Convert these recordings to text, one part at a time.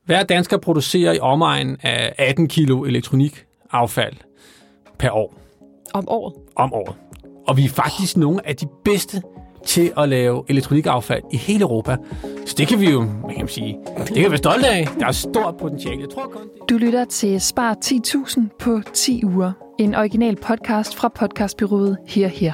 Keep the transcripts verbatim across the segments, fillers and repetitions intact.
Hver dansker producerer i omegn af atten kilo elektronikaffald per år. Om året? Om året. Og vi er faktisk nogle af de bedste til at lave elektronikaffald i hele Europa. Så det kan vi jo, man kan sige, det kan vi være stolte af. Der er stort potentiale. Jeg tror kun det. Du lytter til Spar ti tusind på ti uger. En original podcast fra podcastbureauet Her Her.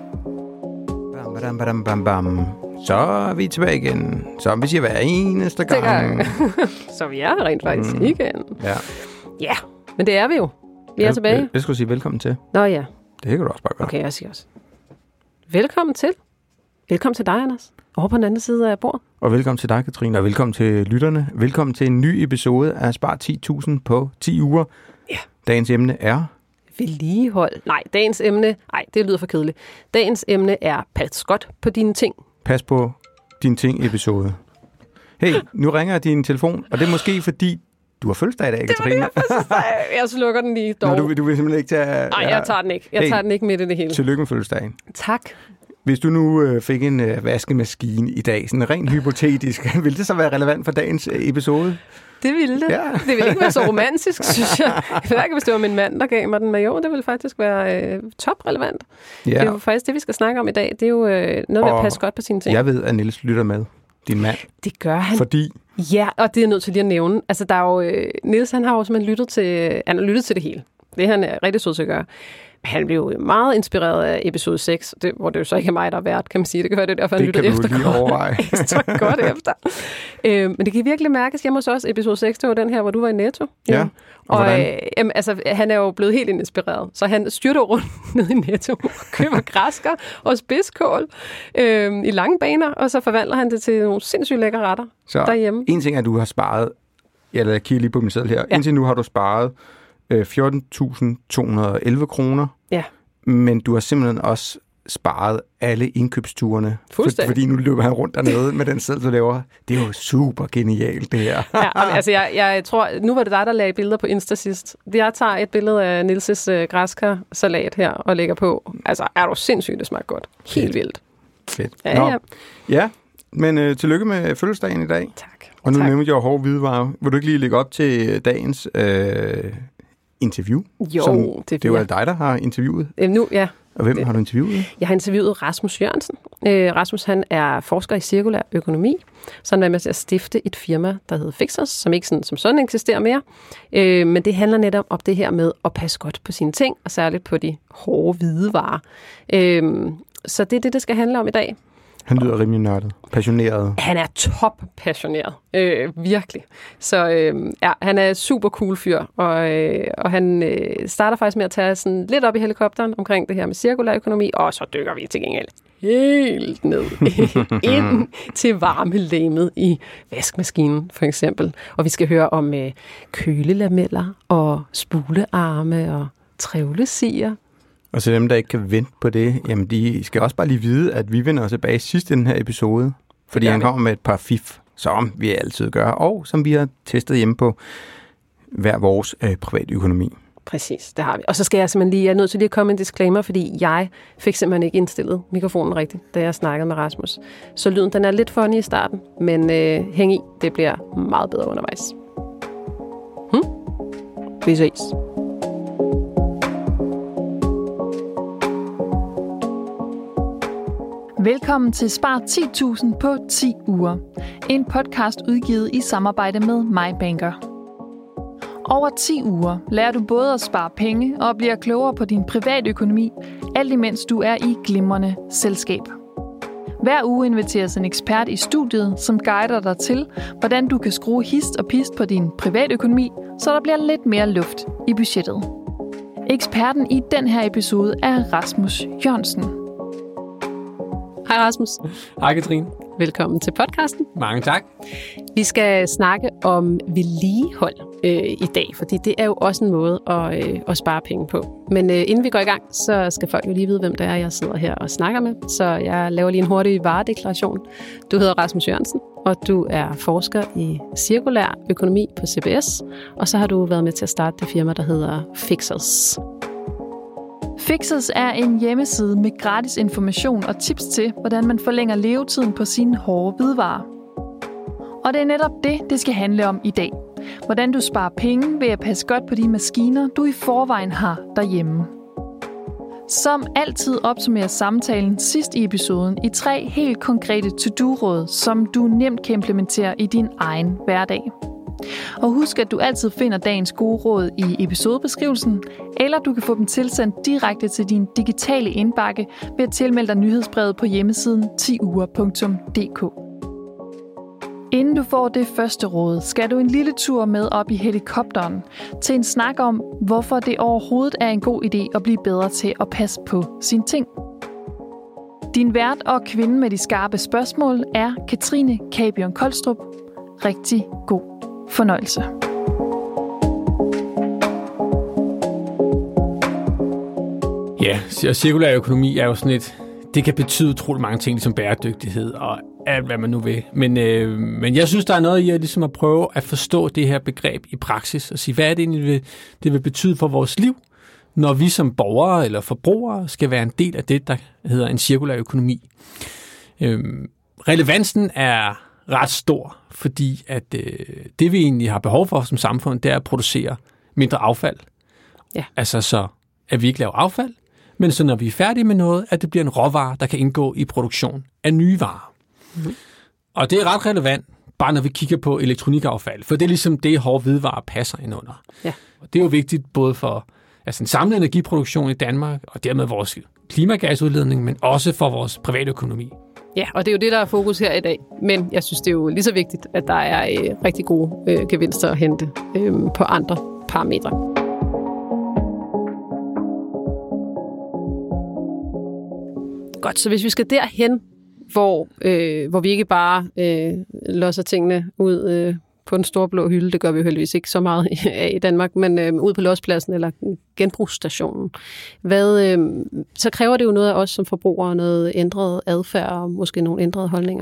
Bam, badam, badam, bam, bam. Så er vi tilbage igen, som vi siger hver eneste gang. gang. Så vi er rent faktisk mm. igen. Ja. Ja, men det er vi jo. Vi er jeg, tilbage. Jeg, jeg skulle sige velkommen til. Nå ja. Det kan du også bare gøre. Okay, jeg siger også. Velkommen til. Velkommen til dig, Anders. Over på den anden side af bordet. Og velkommen til dig, Katrine, og velkommen til lytterne. Velkommen til en ny episode af Spar ti tusind på ti uger. Ja. Dagens emne er... Vedligehold. Nej, dagens emne... Nej, det lyder for kedeligt. Dagens emne er pas godt på dine ting. Pas på dine ting episode. Hey, nu ringer din telefon, og det er måske fordi, du har fødselsdag i dag, Katrine. Det var det, jeg fødselsdag. Jeg slukker den lige dog. Nå, du, du vil simpelthen ikke tage... Nej, jeg tager den ikke. Jeg hey, tager den ikke midt i det hele. Tillykke med fødselsdagen. Tak. Hvis du nu øh, fik en øh, vaskemaskine i dag, sådan rent hypotetisk, ville det så være relevant for dagens øh, episode? Det ville det. Ja. Det ville ikke være så romantisk, synes jeg. Jeg ved ikke, hvis det var min mand, der gav mig den, men jo, det ville faktisk være øh, toprelevant. Ja. Det er jo faktisk det, vi skal snakke om i dag. Det er jo øh, noget med at passe godt på sine ting. Jeg ved, at Niels lytter med, din mand. Det gør han. Fordi? Ja, og det er jeg nødt til lige at nævne. Altså, der er jo, øh, Niels, han har jo simpelthen lyttet til, han har lyttet til det hele. Det er han er rigtig sød til at gøre. Han blev jo meget inspireret af episode seks, det, hvor det jo så ikke er mig, der er vært, kan man sige. Det kan være, det derfor, han lyttede efter. Det kan du lige overveje. Ekstra godt efter. Øh, men det kan virkelig mærkes hjemme hos os. Episode seks, det var den her, hvor du var i Netto. Ja, og, og øh, jamen, altså, han er jo blevet helt inspireret. Så han styrter rundt ned i Netto og køber græsker og spidskål øh, i lange baner, og så forvandler han det til nogle sindssygt lækre retter så derhjemme. En ting er, at du har sparet, jeg lader kigge lige på min seddel her, ja. Indtil nu har du sparet fjorten tusind to hundrede og elleve kroner. Ja. Men du har simpelthen også sparet alle indkøbsturene. Fuldstændig. For, fordi nu løber han rundt dernede med den seddel, du laver. Det er jo super genialt, det her. Ja, altså jeg, jeg tror, nu var det dig, der lagde billeder på Insta sidst. Jeg tager et billede af Nielses øh, græskarsalat her og lægger på. Altså, er du sindssygt, det smager godt. Helt Fedt. vildt. Fedt. Ja, ja. Ja, men øh, tillykke med fødselsdagen i dag. Tak. Og nu tak. nævnte jeg jo hårde hvidevarer. Vil du ikke lige lægge op til dagens... Øh, interview. Jo, som, det, det er jo dig, der har interviewet. Øh, nu, ja. Og hvem det. har du interviewet? Jeg har interviewet Rasmus Jørgensen. Øh, Rasmus, han er forsker i cirkulær økonomi, så han er med til at stifte et firma, der hedder Fixers, som ikke sådan, som sådan eksisterer mere. Øh, men det handler netop om det her med at passe godt på sine ting, og særligt på de hårde hvidevarer. Øh, så det er det, det skal handle om i dag. Han lyder rimelig nørdet. Passioneret. Han er top-passioneret. Øh, virkelig. Så øh, ja, han er super cool fyr, og, øh, og han øh, starter faktisk med at tage sådan lidt op i helikopteren omkring det her med cirkulær økonomi, og så dykker vi til gengæld helt ned ind til varmelæmet i vaskemaskinen, for eksempel. Og vi skal høre om øh, kølelameller og spulearme og trævlesier. Og så dem, der ikke kan vente på det, jamen de skal også bare lige vide, at vi vender os tilbage sidst i den her episode. Fordi han kommer med et par fif, som vi altid gør, og som vi har testet hjemme på hver vores øh, private økonomi. Præcis, det har vi. Og så skal jeg simpelthen lige, jeg er nødt til lige at komme med en disclaimer, fordi jeg fik simpelthen ikke indstillet mikrofonen rigtigt, da jeg snakkede med Rasmus. Så lyden, den er lidt funny i starten, men øh, hæng i, det bliver meget bedre undervejs. Hm? Vi ses. Velkommen til Spar ti tusind på ti uger. En podcast udgivet i samarbejde med MyBanker. Over ti uger lærer du både at spare penge og bliver klogere på din private økonomi, alt imens du er i glimrende selskab. Hver uge inviteres en ekspert i studiet, som guider dig til, hvordan du kan skrue hist og pist på din private økonomi, så der bliver lidt mere luft i budgettet. Eksperten i den her episode er Rasmus Jørgensen. Hej Rasmus. Hej Katrine. Velkommen til podcasten. Mange tak. Vi skal snakke om vedligehold øh, i dag, fordi det er jo også en måde at, øh, at spare penge på. Men øh, inden vi går i gang, så skal folk jo lige vide, hvem det er, jeg sidder her og snakker med. Så jeg laver lige en hurtig varedeklaration. Du hedder Rasmus Jørgensen, og du er forsker i cirkulær økonomi på C B S. Og så har du været med til at starte det firma, der hedder Fixers. Fixers er en hjemmeside med gratis information og tips til, hvordan man forlænger levetiden på sine hårde hvidevarer. Og det er netop det, det skal handle om i dag. Hvordan du sparer penge ved at passe godt på de maskiner, du i forvejen har derhjemme. Som altid opsummerer samtalen sidst i episoden i tre helt konkrete to-do-råd, som du nemt kan implementere i din egen hverdag. Og husk, at du altid finder dagens gode råd i episodebeskrivelsen, eller du kan få dem tilsendt direkte til din digitale indbakke ved at tilmelde dig nyhedsbrevet på hjemmesiden ti uger punktum d k. Inden du får det første råd, skal du en lille tur med op i helikopteren til en snak om, hvorfor det overhovedet er en god idé at blive bedre til at passe på sine ting. Din vært og kvinde med de skarpe spørgsmål er Katrine Kabion Kolstrup. Rigtig god fornøjelse. Ja, og cirkulær økonomi er jo sådan et, det kan betyde utroligt mange ting, ligesom bæredygtighed og alt, hvad man nu vil. Men, øh, men jeg synes, der er noget i at, ligesom at prøve at forstå det her begreb i praksis, og sige, hvad er det egentlig, det vil betyde for vores liv, når vi som borgere eller forbrugere skal være en del af det, der hedder en cirkulær økonomi. Øh, relevansen er ret stor, fordi at øh, det, vi egentlig har behov for som samfund, det er at producere mindre affald. Ja. Altså så, at vi ikke laver affald, men så når vi er færdige med noget, at det bliver en råvare, der kan indgå i produktion af nye varer. Mm-hmm. Og det er ret relevant, bare når vi kigger på elektronikaffald, for det er ligesom det, hårde hvidevarer passer ind under. Ja. Og det er jo vigtigt både for altså en samlet energiproduktion i Danmark, og dermed vores klimagasudledning, men også for vores private økonomi. Ja, og det er jo det, der er fokus her i dag. Men jeg synes, det er jo lige så vigtigt, at der er øh, rigtig gode øh, gevinster at hente øh, på andre parametre. Godt, så hvis vi skal derhen, hvor, øh, hvor vi ikke bare øh, losser tingene ud øh, på en stor blå hylde, det gør vi jo heldigvis ikke så meget af i Danmark, men øh, ud på lospladsen eller genbrugsstationen, hvad, øh, så kræver det jo noget af os som forbrugere, noget ændret adfærd og måske nogle ændrede holdninger.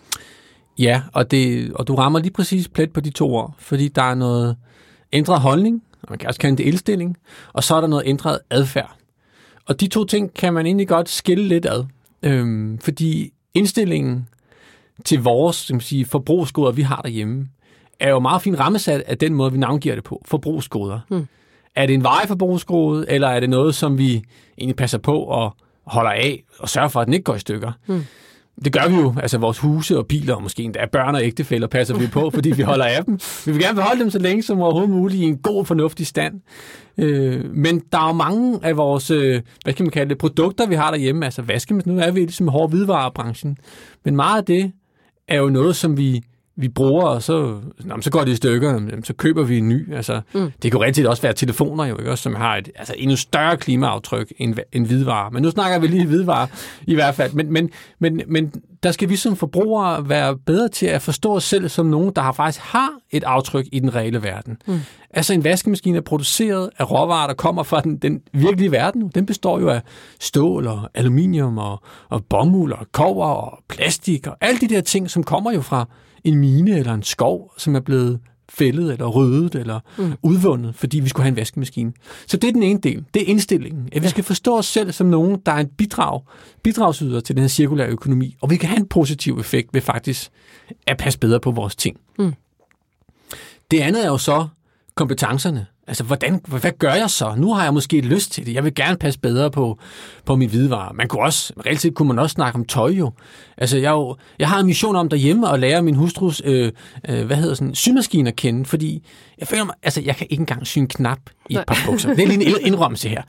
Ja, og, det, og du rammer lige præcis plet på de to ord, fordi der er noget ændret holdning, og man kan også kalde det indstilling, og så er der noget ændret adfærd. Og de to ting kan man egentlig godt skille lidt ad, øhm, fordi indstillingen til vores skal man sige, forbrugsgoder, vi har derhjemme, er jo meget fint rammesat af den måde, vi navngiver det på, forbrugsgoder. Hmm. Er det en vareforbrugsgode, eller er det noget, som vi egentlig passer på og holder af og sørger for, at den ikke går i stykker? Hmm. Det gør vi jo, altså vores huse og biler, og måske endda børn og ægtefæller passer vi på, fordi vi holder af dem. Vi vil gerne beholde dem så længe som overhovedet muligt i en god, fornuftig stand. Øh, men der er jo mange af vores, øh, hvad kan man kalde det, produkter, vi har derhjemme, altså vaskemaskiner, nu er vi ligesom hårde hvidevarebranchen, men meget af det er jo noget, som vi vi bruger, og så, nå, så går det i stykker, så køber vi en ny. Altså, mm. Det kan jo rigtig også være telefoner, jo, ikke? Også, som har et altså, endnu større klimaaftryk end, end hvidvarer. Men nu snakker vi lige hvidvarer i hvert fald. Men, men, men, men der skal vi som forbrugere være bedre til at forstå os selv som nogen, der har faktisk har et aftryk i den reelle verden. Mm. Altså en vaskemaskine er produceret af råvarer, der kommer fra den, den virkelige verden. Den består jo af stål og aluminium og, og bomuld og kobber og plastik og alle de der ting, som kommer jo fra en mine eller en skov, som er blevet fældet eller ryddet eller mm. udvundet, fordi vi skulle have en vaskemaskine. Så det er den ene del. Det er indstillingen. At vi skal forstå os selv som nogen, der er en bidrag, bidragsyder til den her cirkulære økonomi, og vi kan have en positiv effekt ved faktisk at passe bedre på vores ting. Mm. Det andet er jo så kompetencerne. Altså, hvordan, hvad gør jeg så? Nu har jeg måske lyst til det. Jeg vil gerne passe bedre på, på min hvidevarer. Man kunne også, reelt set kunne man også snakke om tøj jo. Altså, jeg, jo, jeg har en mission om derhjemme at lære min hustrus, øh, øh, hvad hedder sådan, symaskine at kende, fordi jeg føler mig, altså, jeg kan ikke engang sy en knap i et par bukser. Det er lige en indrømmelse her.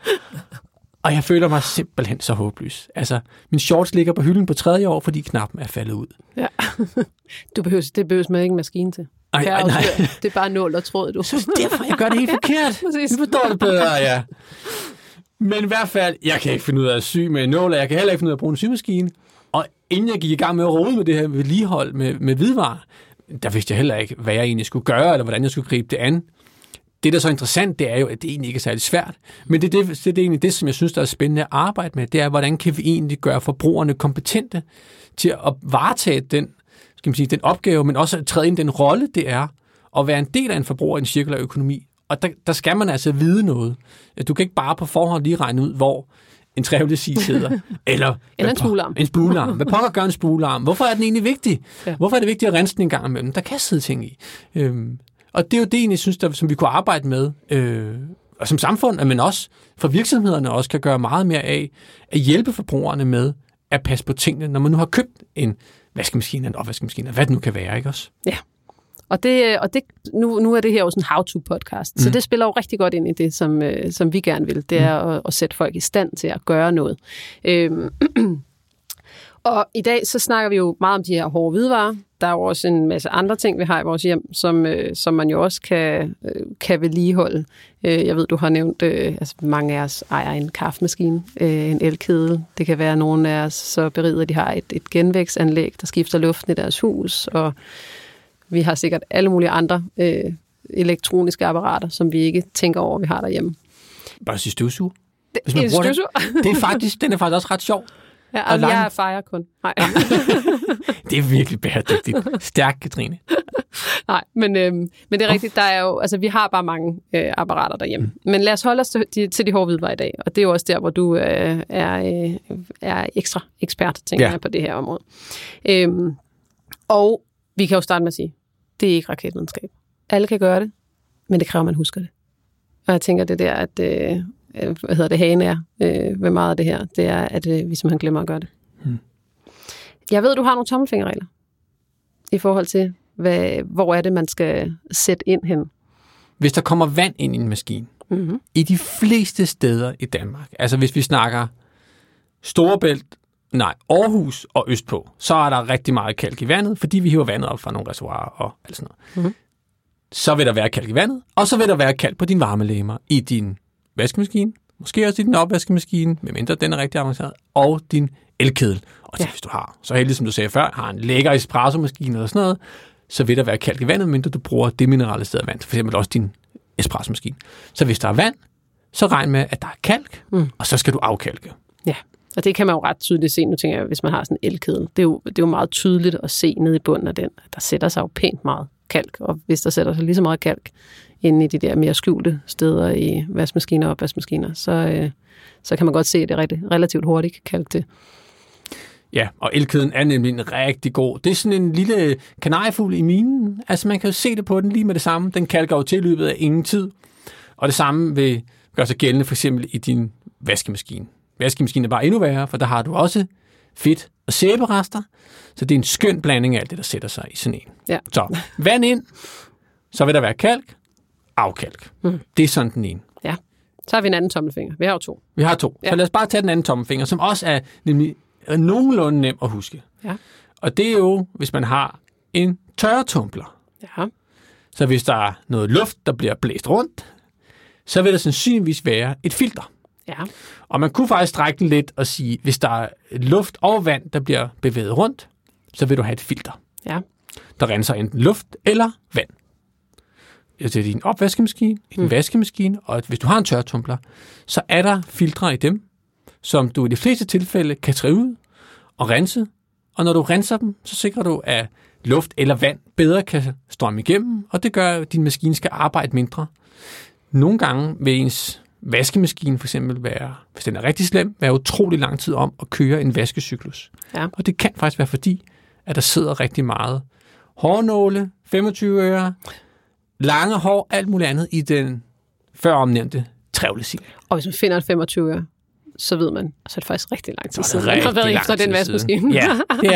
Og jeg føler mig simpelthen så håbløs. Altså, min shorts ligger på hylden på tredje år, fordi knappen er faldet ud. Ja. Du behøver, det behøver man ikke en maskine til. Ej, ej, nej. Det er bare nål og tråd, du. Så derfor, jeg gør det helt forkert. Du forstår det bedre, ja. Men i hvert fald, jeg kan ikke finde ud af at sy med en nål, og jeg kan heller ikke finde ud af at bruge en symaskine. Og inden jeg gik i gang med at rode med det her vedligehold med, med hvidevarer, der vidste jeg heller ikke, hvad jeg egentlig skulle gøre, eller hvordan jeg skulle gribe det an. Det, der er så interessant, det er jo, at det egentlig ikke er særlig svært. Men det er, det, det er egentlig det, som jeg synes, der er spændende at arbejde med. Det er, hvordan kan vi egentlig gøre forbrugerne kompetente til at varetage den, skal man sige, den opgave, men også at træde ind den rolle, det er at være en del af en forbruger i en cirkulær økonomi. Og der, der skal man altså vide noget. Du kan ikke bare på forhånd lige regne ud, hvor en trævlesil sidder? Eller, eller en spularm. En spularm. Hvad pokker gør en spularm? Hvorfor er den egentlig vigtig? Ja. Hvorfor er det vigtigt at rense den en gang imellem? Der kan sidde ting i. Øhm, og det er jo det, jeg synes, der, som vi kunne arbejde med, øh, og som samfund, men også for virksomhederne også kan gøre meget mere af, at hjælpe forbrugerne med at passe på tingene, når man nu har købt en vaskemaskine, en opvaskemaskine, hvad det nu kan være, ikke også? Ja. Og, det, og det, nu, nu er det her jo sådan en how-to-podcast, mm. så det spiller jo rigtig godt ind i det, som, øh, som vi gerne vil. Det er mm. at, at sætte folk i stand til at gøre noget. Øhm, og i dag så snakker vi jo meget om de her hårde hvidevarer. Der er jo også en masse andre ting, vi har i vores hjem, som, øh, som man jo også kan, øh, kan vedligeholde. Øh, jeg ved, du har nævnt, øh, altså mange af os ejer en kaffemaskine, øh, en elkedel. Det kan være, nogle af os så beriget, at de har et, et genvækstanlæg, der skifter luften i deres hus, og vi har sikkert alle mulige andre øh, elektroniske apparater, som vi ikke tænker over, vi har derhjemme. Bare sige støvsuger. Hvis man bruger det, det er faktisk, den er faktisk også ret sjov. Ja, og lange... jeg er fejrer kun. Nej. Det er virkelig bæredygtigt. Stærk, Katrine. Nej, men, øh, men det er rigtigt. Der er jo, altså, vi har bare mange øh, apparater derhjemme. Mm. Men lad os holde os til de, til de hårde hvidevarer i dag. Og det er jo også der, hvor du øh, er, øh, er ekstra ekspert, tænker ja. jeg, på det her område. Øhm, og vi kan jo starte med at sige, det er ikke raketvidenskab. Alle kan gøre det, men det kræver, at man husker det. Og jeg tænker, det der, at øh, hvad hedder det, hagen er øh, ved meget af det her, det er, at øh, vi simpelthen glemmer at gøre det. Hmm. Jeg ved, du har nogle tommelfingerregler i forhold til, hvad, hvor er det, man skal sætte ind hen. Hvis der kommer vand ind i en maskine, mm-hmm. i de fleste steder i Danmark, altså hvis vi snakker Storebælt, nej, Aarhus og østpå, så er der rigtig meget kalk i vandet, fordi vi hiver vandet op fra nogle reservoirer og alt sådan noget. Mm-hmm. Så vil der være kalk i vandet, og så vil der være kalk på din varmelægmer i din vaskemaskine, måske også i din opvaskemaskine, medmindre den er rigtig avanceret, og din elkedel. Og det, ja. hvis du har, så heldig som du sagde før, har en lækker espresso-maskine eller sådan noget, så vil der være kalk i vandet, mindre du bruger demineraliseret vand, for eksempel også din espresso-maskine. Så hvis der er vand, så regn med, at der er kalk, mm. og så skal du afkalke. Ja, og det kan man jo ret tydeligt se, nu tænker jeg, hvis man har sådan en elkedel. Det er jo, det er jo meget tydeligt at se ned i bunden af den. Der sætter sig jo pænt meget kalk, og hvis der sætter sig lige så meget kalk inde i de der mere skjulte steder i vaskemaskiner og opvaskemaskiner, så, øh, så kan man godt se, at det er relativt hurtigt kan kalke det. Ja, og elkedlen er nemlig en rigtig god. Det er sådan en lille kanariefugl i minen. Altså man kan jo se det på den lige med det samme. Den kalker jo til i løbet af ingen tid. Og det samme vil gøre sig gældende for eksempel i din vaskemaskine. Vaskemaskinen er bare endnu værre, for der har du også fedt og sæberester. Så det er en skøn blanding af alt det, der sætter sig i sådan en. Ja. Så vand ind, så vil der være kalk, afkalk. Mm. Det er sådan den ene. Ja, så har vi en anden tommelfinger. Vi har jo to. Vi har to. Ja. Så lad os bare tage den anden tommelfinger, som også er nemlig nogenlunde nem at huske. Ja. Og det er jo, hvis man har en tørretumbler. Ja. Så hvis der er noget luft, der bliver blæst rundt, så vil der sandsynligvis være et filter. Ja. Og man kunne faktisk strække den lidt og sige, hvis der er luft og vand, der bliver bevæget rundt, så vil du have et filter. Ja. Der renser enten luft eller vand. Det er din opvaskemaskine, en mm. vaskemaskine, og hvis du har en tørretumbler, så er der filtre i dem, som du i de fleste tilfælde kan træde ud og rense. Og når du renser dem, så sikrer du, at luft eller vand bedre kan strømme igennem, og det gør, at din maskine skal arbejde mindre. Nogle gange vil ens vaskemaskine for eksempel være, hvis den er rigtig slem, være utrolig lang tid om at køre en vaskecyklus. Ja. Og det kan faktisk være fordi, at der sidder rigtig meget hårnåle, femogtyve øre, lange hår, alt muligt andet i den før omnævnte trævlesil. Og hvis man finder en femogtyve øre, så ved man, så er det faktisk rigtig lang tid siden, man har været efter den vaskemaskine. Ja, det er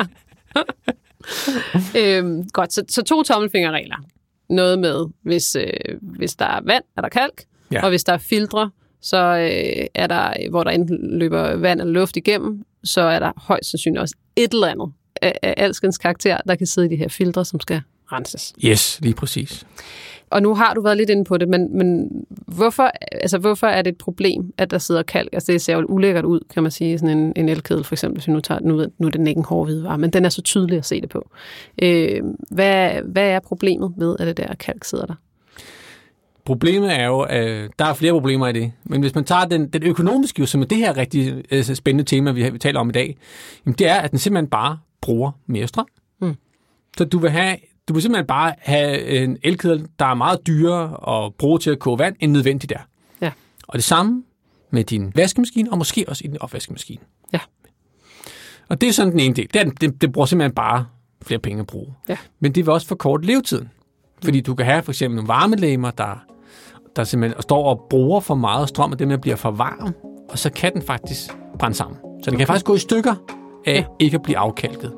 det. øhm, godt, så, så to tommelfingerregler. Noget med, hvis, øh, hvis der er vand, er der kalk, ja. Og hvis der er filtre, så øh, er der, hvor der enten løber vand eller luft igennem, så er der højst sandsynligt også et eller andet af, af alskens karakter, der kan sidde i de her filtre, som skal renses. Yes, lige præcis. Og nu har du været lidt inde på det, men, men hvorfor, altså, hvorfor er det et problem, at der sidder kalk? Altså det ser jo ulækkert ud, kan man sige, sådan en, en elkedel for eksempel, hvis vi nu tager nu, nu er den ikke en hård hvidevare, men den er så tydelig at se det på. Øh, hvad, hvad er problemet ved, at det der kalk sidder der? Problemet er jo, at der er flere problemer i det, men hvis man tager den, den økonomiske, som er det her rigtig altså, spændende tema, vi, vi taler om i dag, jamen det er, at den simpelthen bare bruger mere strøm. Mm. Så du vil have Du vil simpelthen bare have en elkedel, der er meget dyrere at bruge til at koge vand, end nødvendigt der. Ja. Og det samme med din vaskemaskine, og måske også i din opvaskemaskine. Ja. Og det er sådan den ene del. Det, det, det bruger simpelthen bare flere penge at bruge. Ja. Men det vil også forkorte levetiden. Fordi du kan have for eksempel nogle varmelægmer, der, der simpelthen står og bruger for meget strøm, og det bliver for varm, og så kan den faktisk brænde sammen. Så den kan faktisk gå i stykker af ja. ikke at blive afkalket.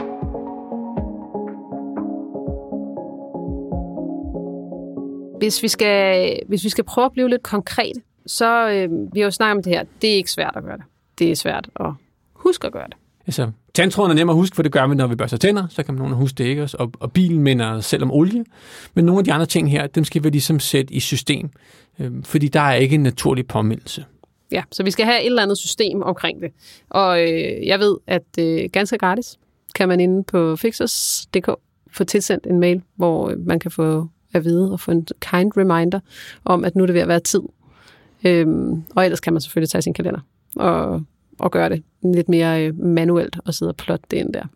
Hvis vi skal, hvis vi skal prøve at blive lidt konkrete, så øh, vi har jo snakket om det her. Det er ikke svært at gøre det. Det er svært at huske at gøre det. Altså, tandtråden er nem at huske, for det gør vi, når vi børster tænder. Så kan man nogen huske det ikke også. Og, og bilen minder selv om olie. Men nogle af de andre ting her, dem skal vi ligesom sætte i system. Øh, fordi der er ikke en naturlig påmindelse. Ja, så vi skal have et eller andet system omkring det. Og øh, jeg ved, at øh, ganske gratis kan man inde på fixers punktum d k få tilsendt en mail, hvor øh, man kan få at vide og få en kind reminder om, at nu er det ved at være tid. Øhm, og ellers kan man selvfølgelig tage sin kalender og, og gøre det lidt mere øh, manuelt og sidde og plotte det ind der.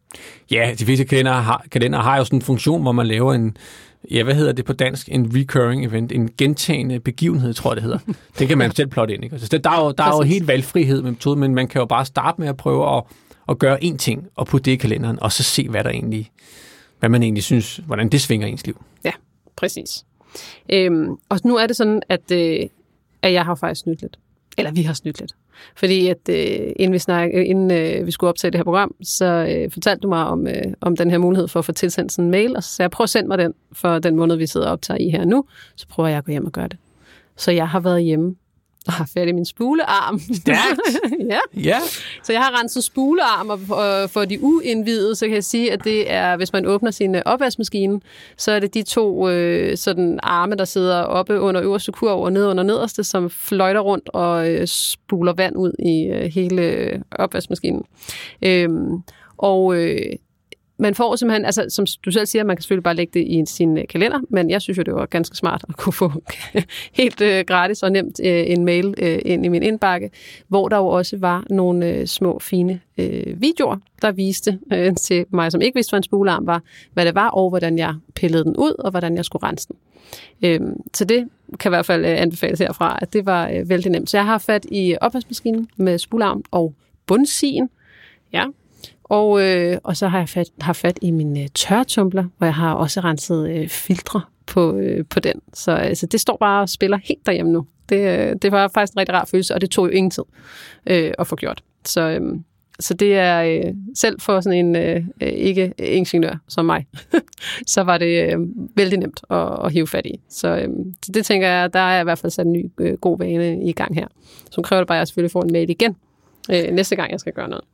Ja, de fleste kalender har, kalender har jo sådan en funktion, hvor man laver en, ja, hvad hedder det på dansk? En recurring event, en gentagende begivenhed, tror jeg det hedder. Det kan man selv plotte ind, ikke? Så der er jo, der er jo helt valgfrihed med metoden, men man kan jo bare starte med at prøve at, at gøre én ting og putte det i kalenderen, og så se, hvad der egentlig, hvad man egentlig synes, hvordan det svinger ens liv. Ja, præcis. Øhm, og nu er det sådan, at, øh, at jeg har faktisk snydt lidt. Eller vi har snydt lidt. Fordi at øh, inden, vi, snak, inden øh, vi skulle optage det her program, så øh, fortalte du mig om, øh, om den her mulighed for at få tilsendt sådan en mail, og så sagde jeg, prøv at sende mig den for den måned, vi sidder og optager i her nu. Så prøver jeg at gå hjem og gøre det. Så jeg har været hjemme og har fat i min spulearm. Stærkt! Ja. Ja. Så jeg har renset spulearm, og for de uindvidede, så kan jeg sige, at det er, hvis man åbner sin opvaskemaskine, så er det de to øh, sådan arme, der sidder oppe under øverste kurv og ned under nederste, som fløjter rundt og øh, spuler vand ud i øh, hele opvaskemaskinen. Øhm, og øh, man får simpelthen, altså som du selv siger, man kan selvfølgelig bare lægge det i sin kalender, men jeg synes jo, det var ganske smart at kunne få helt øh, gratis og nemt øh, en mail øh, ind i min indbakke, hvor der jo også var nogle øh, små, fine øh, videoer, der viste øh, til mig, som ikke vidste, hvad en spulearm var, hvad det var, og hvordan jeg pillede den ud, og hvordan jeg skulle rense den. Øh, så det kan i hvert fald øh, anbefales herfra, at det var øh, vældig nemt. Så jeg har fat i opvaskemaskinen med spulearm og bundsien, ja. Og, øh, og så har jeg fat, har fat i min øh, tørretumbler, hvor jeg har også renset øh, filtre på, øh, på den. Så altså, det står bare og spiller helt derhjemme nu. Det, øh, det var faktisk en rigtig rar følelse, og det tog jo ingen tid øh, at få gjort. Så, øh, så det er øh, selv for sådan en øh, ikke-ingeniør som mig, så var det øh, vældig nemt at, at hive fat i. Så øh, det tænker jeg, der er i hvert fald sat en ny øh, god vane i gang her. Så kræver det bare, at jeg selvfølgelig får en mail igen øh, næste gang, jeg skal gøre noget.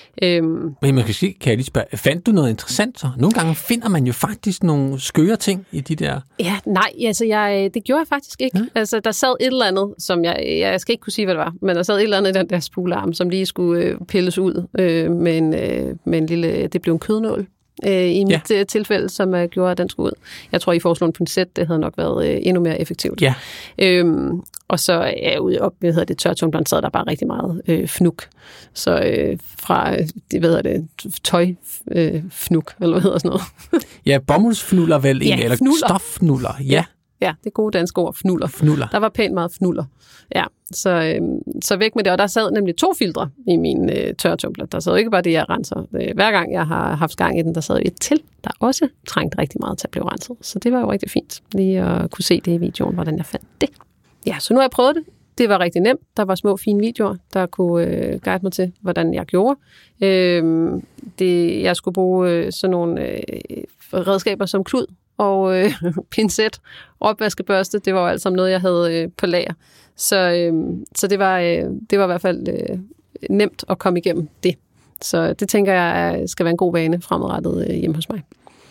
Øhm. Men man kan, kan jeg lige spørge, fandt du noget interessant så? Nogle gange finder man jo faktisk nogle skøre ting i de der... Ja, nej, altså jeg, det gjorde jeg faktisk ikke. Ja. Altså der sad et eller andet, som jeg, jeg skal ikke kunne sige, hvad det var, men der sad et eller andet i den der spulearm, som lige skulle øh, pilles ud øh, med, en, øh, med en lille, det blev en kødnål øh, i mit ja. tilfælde, som øh, gjorde, at den skulle ud. Jeg tror, I foreslog en pincet, det havde nok været øh, endnu mere effektivt. Ja. Øhm, og så er jeg ude op, hvad hedder det, tørretumbleren, sad der bare rigtig meget øh, fnuk. Så øh, fra, det, hvad hedder det, tøj øh, fnuk, eller hvad hedder sådan noget. Ja, bomuldsfnuller vel, ja, eller fnuller. Stoffnuller, ja. ja. Ja, det gode danske ord, fnuller. Fnuller. Der var pænt meget fnuller. Ja, så, øh, så væk med det. Og der sad nemlig to filtre i min øh, tørretumbler. Der sad ikke bare det, jeg renser. Hver gang jeg har haft gang i den, der sad et til, der også trængte rigtig meget til at blive renset. Så det var jo rigtig fint, lige at kunne se det i videoen, hvordan jeg fandt det. Ja, så nu har jeg prøvet det. Det var rigtig nemt. Der var små, fine videoer, der kunne øh, guide mig til, hvordan jeg gjorde. Øh, det, jeg skulle bruge øh, sådan nogle øh, redskaber som klud og øh, pincet, opvaskebørste. Det var jo alt sammen noget, jeg havde øh, på lager. Så, øh, så det, var, øh, det var i hvert fald øh, nemt at komme igennem det. Så det tænker jeg skal være en god vane fremadrettet øh, hjemme hos mig.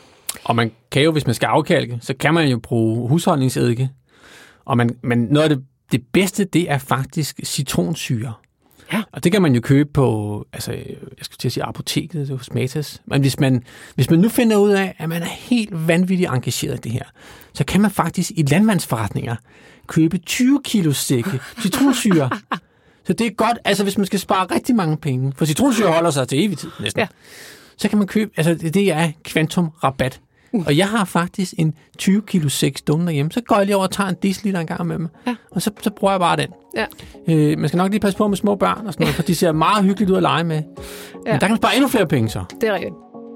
Og man kan jo, hvis man skal afkalke, så kan man jo bruge husholdningseddike. Og man, men noget af det, det bedste, det er faktisk citronsyre. Ja. Og det kan man jo købe på, altså, jeg skal til at sige apoteket hos Matas. Men hvis man, hvis man nu finder ud af, at man er helt vanvittigt engageret i det her, så kan man faktisk i landmandsforretninger købe tyve kilo stikke citronsyre. Så det er godt, altså hvis man skal spare rigtig mange penge, for citronsyre holder sig til evig tid næsten, ja. Så kan man købe, altså det er kvantum rabat. Og jeg har faktisk en tyve kilo sæk stående derhjemme. Så går jeg lige over og tager en deciliter en gang med mig. Ja. Og så, så bruger jeg bare den. Ja. Øh, man skal nok lige passe på med små børn og sådan noget, for de ser meget hyggeligt ud at lege med. Ja. Men der kan man spare endnu flere penge så. Det er rigtigt.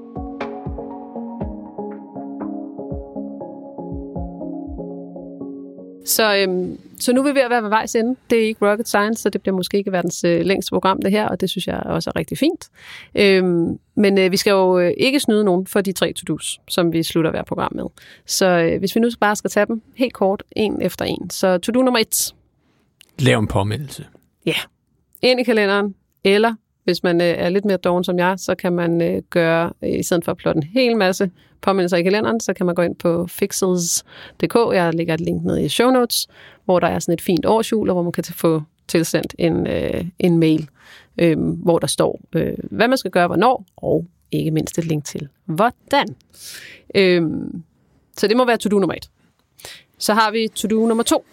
Så, øhm, så nu er vi ved at være ved vejs ende. Det er ikke rocket science, så det bliver måske ikke verdens øh, længste program, det her, og det synes jeg også er rigtig fint. Øhm, men øh, vi skal jo øh, ikke snyde nogen for de tre to-dos, som vi slutter hver program med. Så øh, hvis vi nu bare skal tage dem helt kort, en efter en. Så to-do nummer et. Lav en påmeldelse. Ja. Yeah. Ind i kalenderen, eller hvis man øh, er lidt mere doven som jeg, så kan man øh, gøre, øh, i stedet for at plotte en hel masse påmindelser i kalenderen, så kan man gå ind på fixels punktum d k. Jeg lægger et link ned i show notes, hvor der er sådan et fint årshjul, og hvor man kan få tilsendt en, øh, en mail, øh, hvor der står, øh, hvad man skal gøre, hvornår, og ikke mindst et link til, hvordan. Øh, så det må være to-do nummer et. Så har vi to-do nummer to.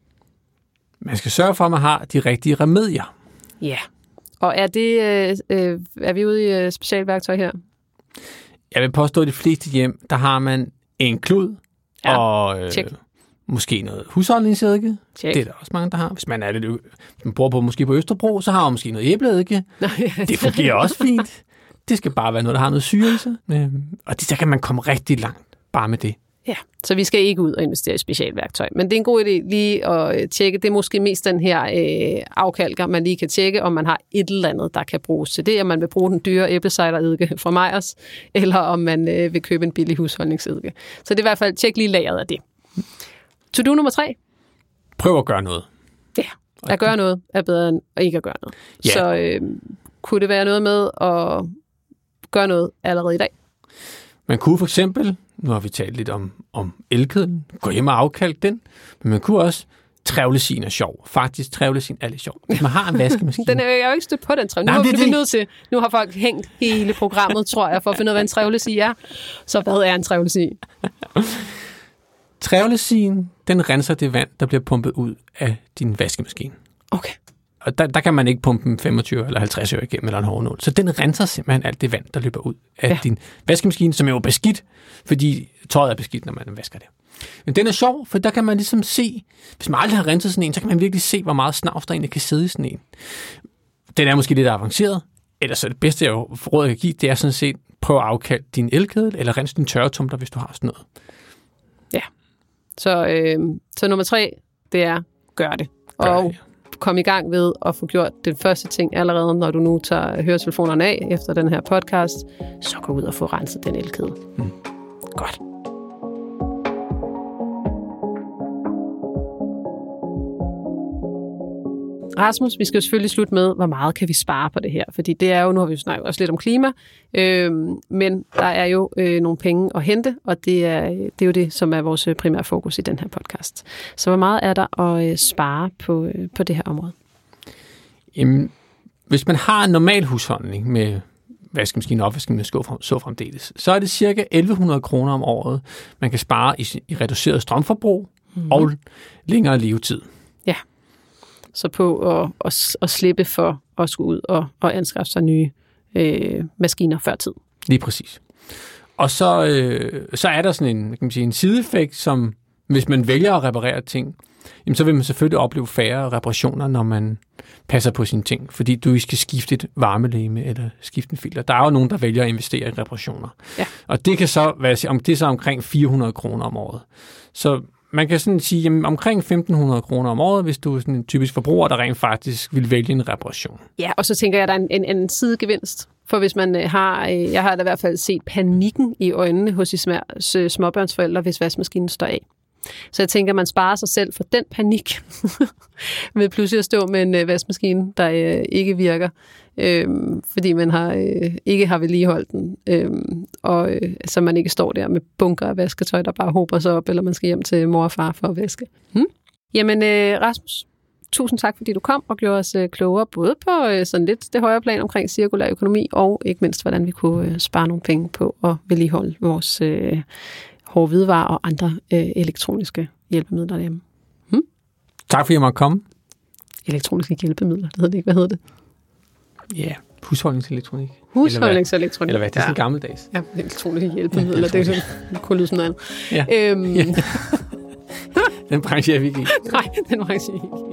Man skal sørge for, at man har de rigtige remedier. Ja. Yeah. Og er det, øh, øh, er vi ude i øh, specialværktøj her? Jeg vil påstå, at de fleste hjem, der har man en klud, ja, og øh, måske noget husholdningseddike. Det er der også mange, der har. Hvis man er lidt, hvis man bor på, måske på Østerbro, så har man måske noget æbleeddike. Det fungerer også fint. Det skal bare være noget, der har noget syre i sig. Og det, der kan man komme rigtig langt bare med det. Ja, så vi skal ikke ud og investere i specialværktøj. Men det er en god idé lige at tjekke. Det er måske mest den her øh, afkalker, man lige kan tjekke, om man har et eller andet, der kan bruges til det. Om man vil bruge den dyre æblecidereddike fra Meyers, eller om man øh, vil købe en billig husholdningseddike. Så det er i hvert fald, tjek lige lageret af det. To-do nummer tre. Prøv at gøre noget. Ja, at gøre noget er bedre end at ikke at gøre noget. Ja. Så øh, kunne det være noget med at gøre noget allerede i dag? Man kunne for eksempel, nu har vi talt lidt om, om elkedlen, gå hjem og afkalke den, men man kunne også, trævlesin er sjov. Faktisk, trævlesin er lidt sjov. Hvis man har en vaskemaskine. Den er, jeg er jo ikke stødt på den trævlesin. Nu, det, det. nødt til, nu har folk hængt hele programmet, tror jeg, for at finde ud af, hvad en trævlesin er. Så hvad er en trævlesin? Trævlesin, den renser det vand, der bliver pumpet ud af din vaskemaskine. Okay. Og der, der kan man ikke pumpe femogtyve eller halvtreds øre igennem eller en hårnål. Så den renser simpelthen alt det vand, der løber ud af ja. din vaskemaskine, som er jo beskidt, fordi tøjet er beskidt, når man vasker det. Men den er sjov, for der kan man ligesom se, hvis man aldrig har renset sådan en, så kan man virkelig se, hvor meget snavs der egentlig kan sidde i sådan en. Den er måske lidt avanceret. Ellers så det bedste, jeg råd kan give, det er sådan set, prøv at afkalde din elkedel, eller rense din tørretumler, hvis du har sådan noget. Ja. Så, øh, så nummer tre, det er, gør det. Gør og det, ja. Kom i gang ved at få gjort den første ting allerede, når du nu tager høretelefonerne af efter den her podcast, så gå ud og få renset den elkedel. Mm. Godt. Rasmus, vi skal jo selvfølgelig slutte med, hvor meget kan vi spare på det her? Fordi det er jo, nu har vi jo snakket også lidt om klima, øh, men der er jo øh, nogle penge at hente, og det er, det er jo det, som er vores primære fokus i den her podcast. Så hvor meget er der at øh, spare på, øh, på det her område? Jamen, hvis man har en normal husholdning med vaskemaskine og opvaskemaskine så fremdeles, så er det cirka elleve hundrede kroner om året, man kan spare i, i reduceret strømforbrug mm-hmm. og længere levetid. Ja. Så på at, at, at slippe for at skulle ud og, og anskaffe sig nye øh, maskiner før tid. Lige præcis. Og så, øh, så er der sådan en, kan man sige, en sideeffekt, som hvis man vælger at reparere ting, jamen, så vil man selvfølgelig opleve færre reparationer, når man passer på sine ting, fordi du ikke skal skifte et varmelegeme eller skifte en filter. Der er jo nogen, der vælger at investere i reparationer. Ja. Og det kan så være, om det er så omkring fire hundrede kroner om året. Så man kan sådan sige, jamen, omkring femten hundrede kroner om året, hvis du er sådan en typisk forbruger, der rent faktisk vil vælge en reparation. Ja, og så tænker jeg, at der er en, en, en sidegevinst. For hvis man har, jeg har da i hvert fald set panikken i øjnene hos de små, småbørnsforældre, hvis vaskemaskinen står af. Så jeg tænker, at man sparer sig selv for den panik, ved pludselig at stå med en vaskemaskine, der øh, ikke virker, øh, fordi man har, øh, ikke har vedligeholdt den, øh, og øh, så man ikke står der med bunker af vasketøj, der bare hober sig op, eller man skal hjem til mor og far for at vaske. Hmm? Jamen, øh, Rasmus, tusind tak, fordi du kom og gjorde os øh, klogere, både på øh, sådan lidt det højere plan omkring cirkulær økonomi, og ikke mindst, hvordan vi kunne øh, spare nogle penge på at vedligeholde vores øh, hårde hvidevarer og andre øh, elektroniske hjælpemidler derhjemme. Hmm? Tak fordi jeg måtte komme. Elektroniske hjælpemidler, det hedder det ikke. Hvad hedder det? Ja, yeah. husholdningselektronik. Husholdningselektronik. Eller hvad? Eller hvad? Det er sådan ja. gammeldags. Ja, elektroniske hjælpemidler. Ja, det er sådan, kunne lyde sådan noget. Ja. Øhm. ja. Den branche er vi ikke i. Nej, den branche er vi ikke i.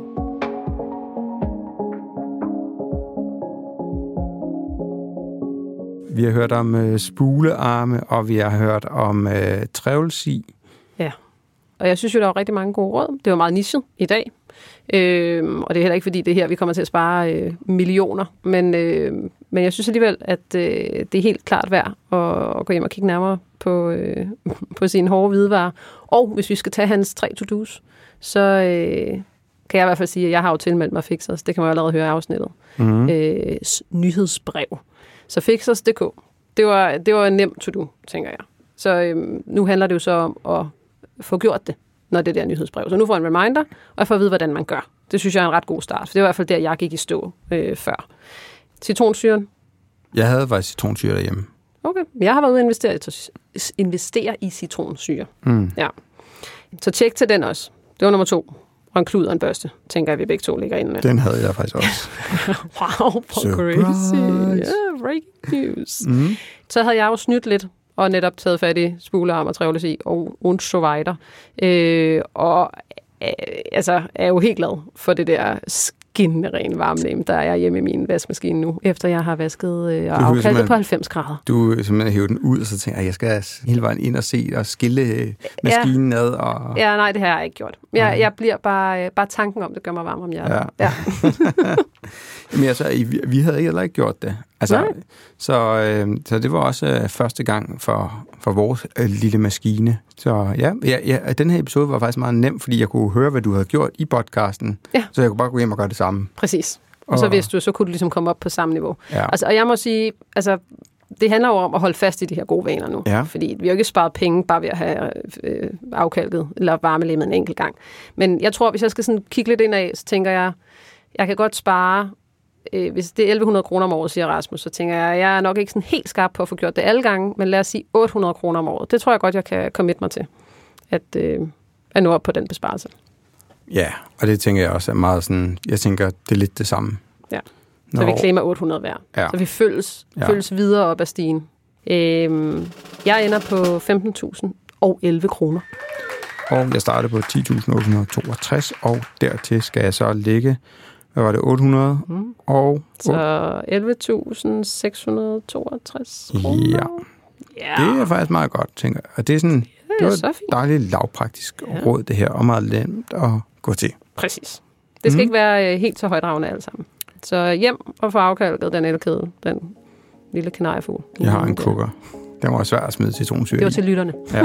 Vi har hørt om øh, spulearme, og vi har hørt om øh, trævlsi. Ja, og jeg synes jo, der var rigtig mange gode råd. Det var meget nichet i dag. Øhm, og det er heller ikke, fordi det er her, vi kommer til at spare øh, millioner. Men, øh, men jeg synes alligevel, at øh, det er helt klart værd at, at gå hjem og kigge nærmere på, øh, på sine hårde hvidevarer. Og hvis vi skal tage hans tre to-dos, så øh, kan jeg i hvert fald sige, at jeg har jo tilmeldt mig Fixers. Det kan man jo allerede høre i afsnittet. Mm-hmm. Øh, nyhedsbrev. Så Fixers punktum d k, det var, det var en nem to-do, tænker jeg. Så øhm, nu handler det jo så om at få gjort det, når det der nyhedsbrev. Så nu får jeg en reminder, og jeg får at vide, hvordan man gør. Det synes jeg er en ret god start, for det var i hvert fald der, jeg gik i stå øh, før. Citronsyren? Jeg havde faktisk citronsyre derhjemme. Okay, jeg har været ude og investere i, investere i citronsyre. Mm. Ja. Så tjek til den også. Det var nummer to. Og en klud og en børste, tænker jeg, vi begge to ligger inde med. Den havde jeg faktisk også. Wow, for crazy. Yeah, breaking news. Mm. Så havde jeg jo snydt lidt, og netop taget fat i spulearm og trævlesi og und so weiter. Øh, og øh, altså, er jo helt glad for det der skinnende ren varmlem, der er hjemme i min vaskemaskine nu, efter jeg har vasket øh, og afkaldet på halvfems grader. Du simpelthen hæver den ud, og så tænker jeg, jeg skal hele vejen ind og se og skille maskinen ja. ad. Og... Ja, nej, det har jeg ikke gjort. Jeg, jeg bliver bare, bare tanken om, det gør mig varm om hjertet. Ja. Ja. Jamen altså, vi, vi havde heller ikke gjort det. Altså, så, øh, så det var også øh, første gang for, for vores øh, lille maskine. Så ja, ja, ja, den her episode var faktisk meget nem, fordi jeg kunne høre, hvad du havde gjort i podcasten. Ja. Så jeg kunne bare gå hjem og gøre det samme. Præcis. Og, og så vidste du, så kunne du ligesom komme op på samme niveau. Ja. Altså, og jeg må sige, altså, det handler jo om at holde fast i de her gode vaner nu. Ja. Fordi vi har jo ikke sparet penge bare ved at have øh, afkalket eller varmelemmet en enkelt gang. Men jeg tror, hvis jeg skal sådan kigge lidt indad, så tænker jeg, jeg kan godt spare, øh, hvis det er elleve hundrede kroner om året, siger Rasmus, så tænker jeg, jeg er nok ikke sådan helt skarp på at få gjort det alle gange, men lad os sige otte hundrede kroner om året. Det tror jeg godt, jeg kan commit mig til, at, øh, at nå op på den besparelse. Ja, og det tænker jeg også er meget sådan, jeg tænker, det er lidt det samme. Ja. Så vi klemmer otte hundrede hver. Ja. Så vi følges, ja. følges videre op ad stigen. Øhm, jeg ender på femten tusind og elleve kroner. Og jeg startede på ti tusind otte hundrede og toogtres, og dertil skal jeg så lægge, hvad var det, otte hundrede? Mm. Og så elleve tusind seks hundrede og toogtres kroner. Ja. ja, det er faktisk meget godt, tænker jeg. Og det er sådan, ja, det var et dejligt lavpraktisk ja. råd, det her, og meget nemt at gå til. Præcis. Det skal mm. ikke være helt så højdragende alle sammen. Så hjem og få afkalket den elkæde, den lille kanariefugl. Jeg har en kukker. Den var svært at smide citronsyre i. Det var til lytterne. Ja.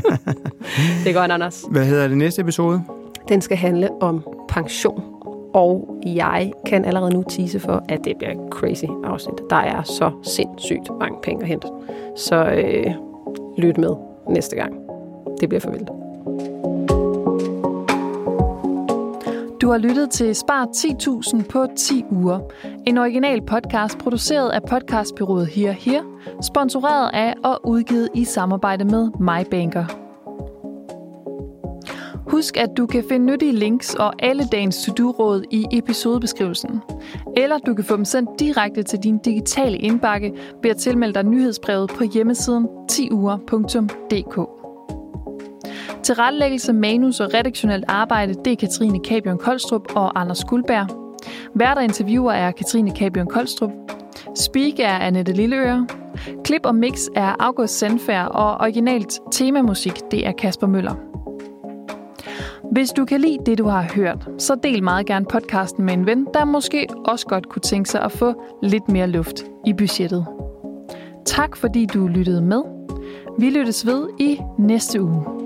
Det er godt, Anders. Hvad hedder det næste episode? Den skal handle om pension. Og jeg kan allerede nu tease for, at det bliver et crazy afsnit. Der er så sindssygt mange penge at hente. Så øh, lyt med næste gang. Det bliver for vildt. Du har lyttet til Spar ti tusind på ti uger. En original podcast produceret af podcastbureauet Here Here, sponsoreret af og udgivet i samarbejde med MyBanker. Husk, at du kan finde nyttige links og alle dagens to-do-råd i episodebeskrivelsen. Eller du kan få dem sendt direkte til din digitale indbakke ved at tilmelde dig nyhedsbrevet på hjemmesiden ti uger punktum d k. Tilrettelæggelse, manus og redaktionelt arbejde, det er Katrine Kabion Kolstrup og Anders Guldberg. Værter interviewer er Katrine Kabion Kolstrup. Speak er Annette Lilleøre. Klip og mix er August Sandfær, og originalt temamusik, det er Kasper Møller. Hvis du kan lide det, du har hørt, så del meget gerne podcasten med en ven, der måske også godt kunne tænke sig at få lidt mere luft i budgettet. Tak fordi du lyttede med. Vi lyttes ved i næste uge.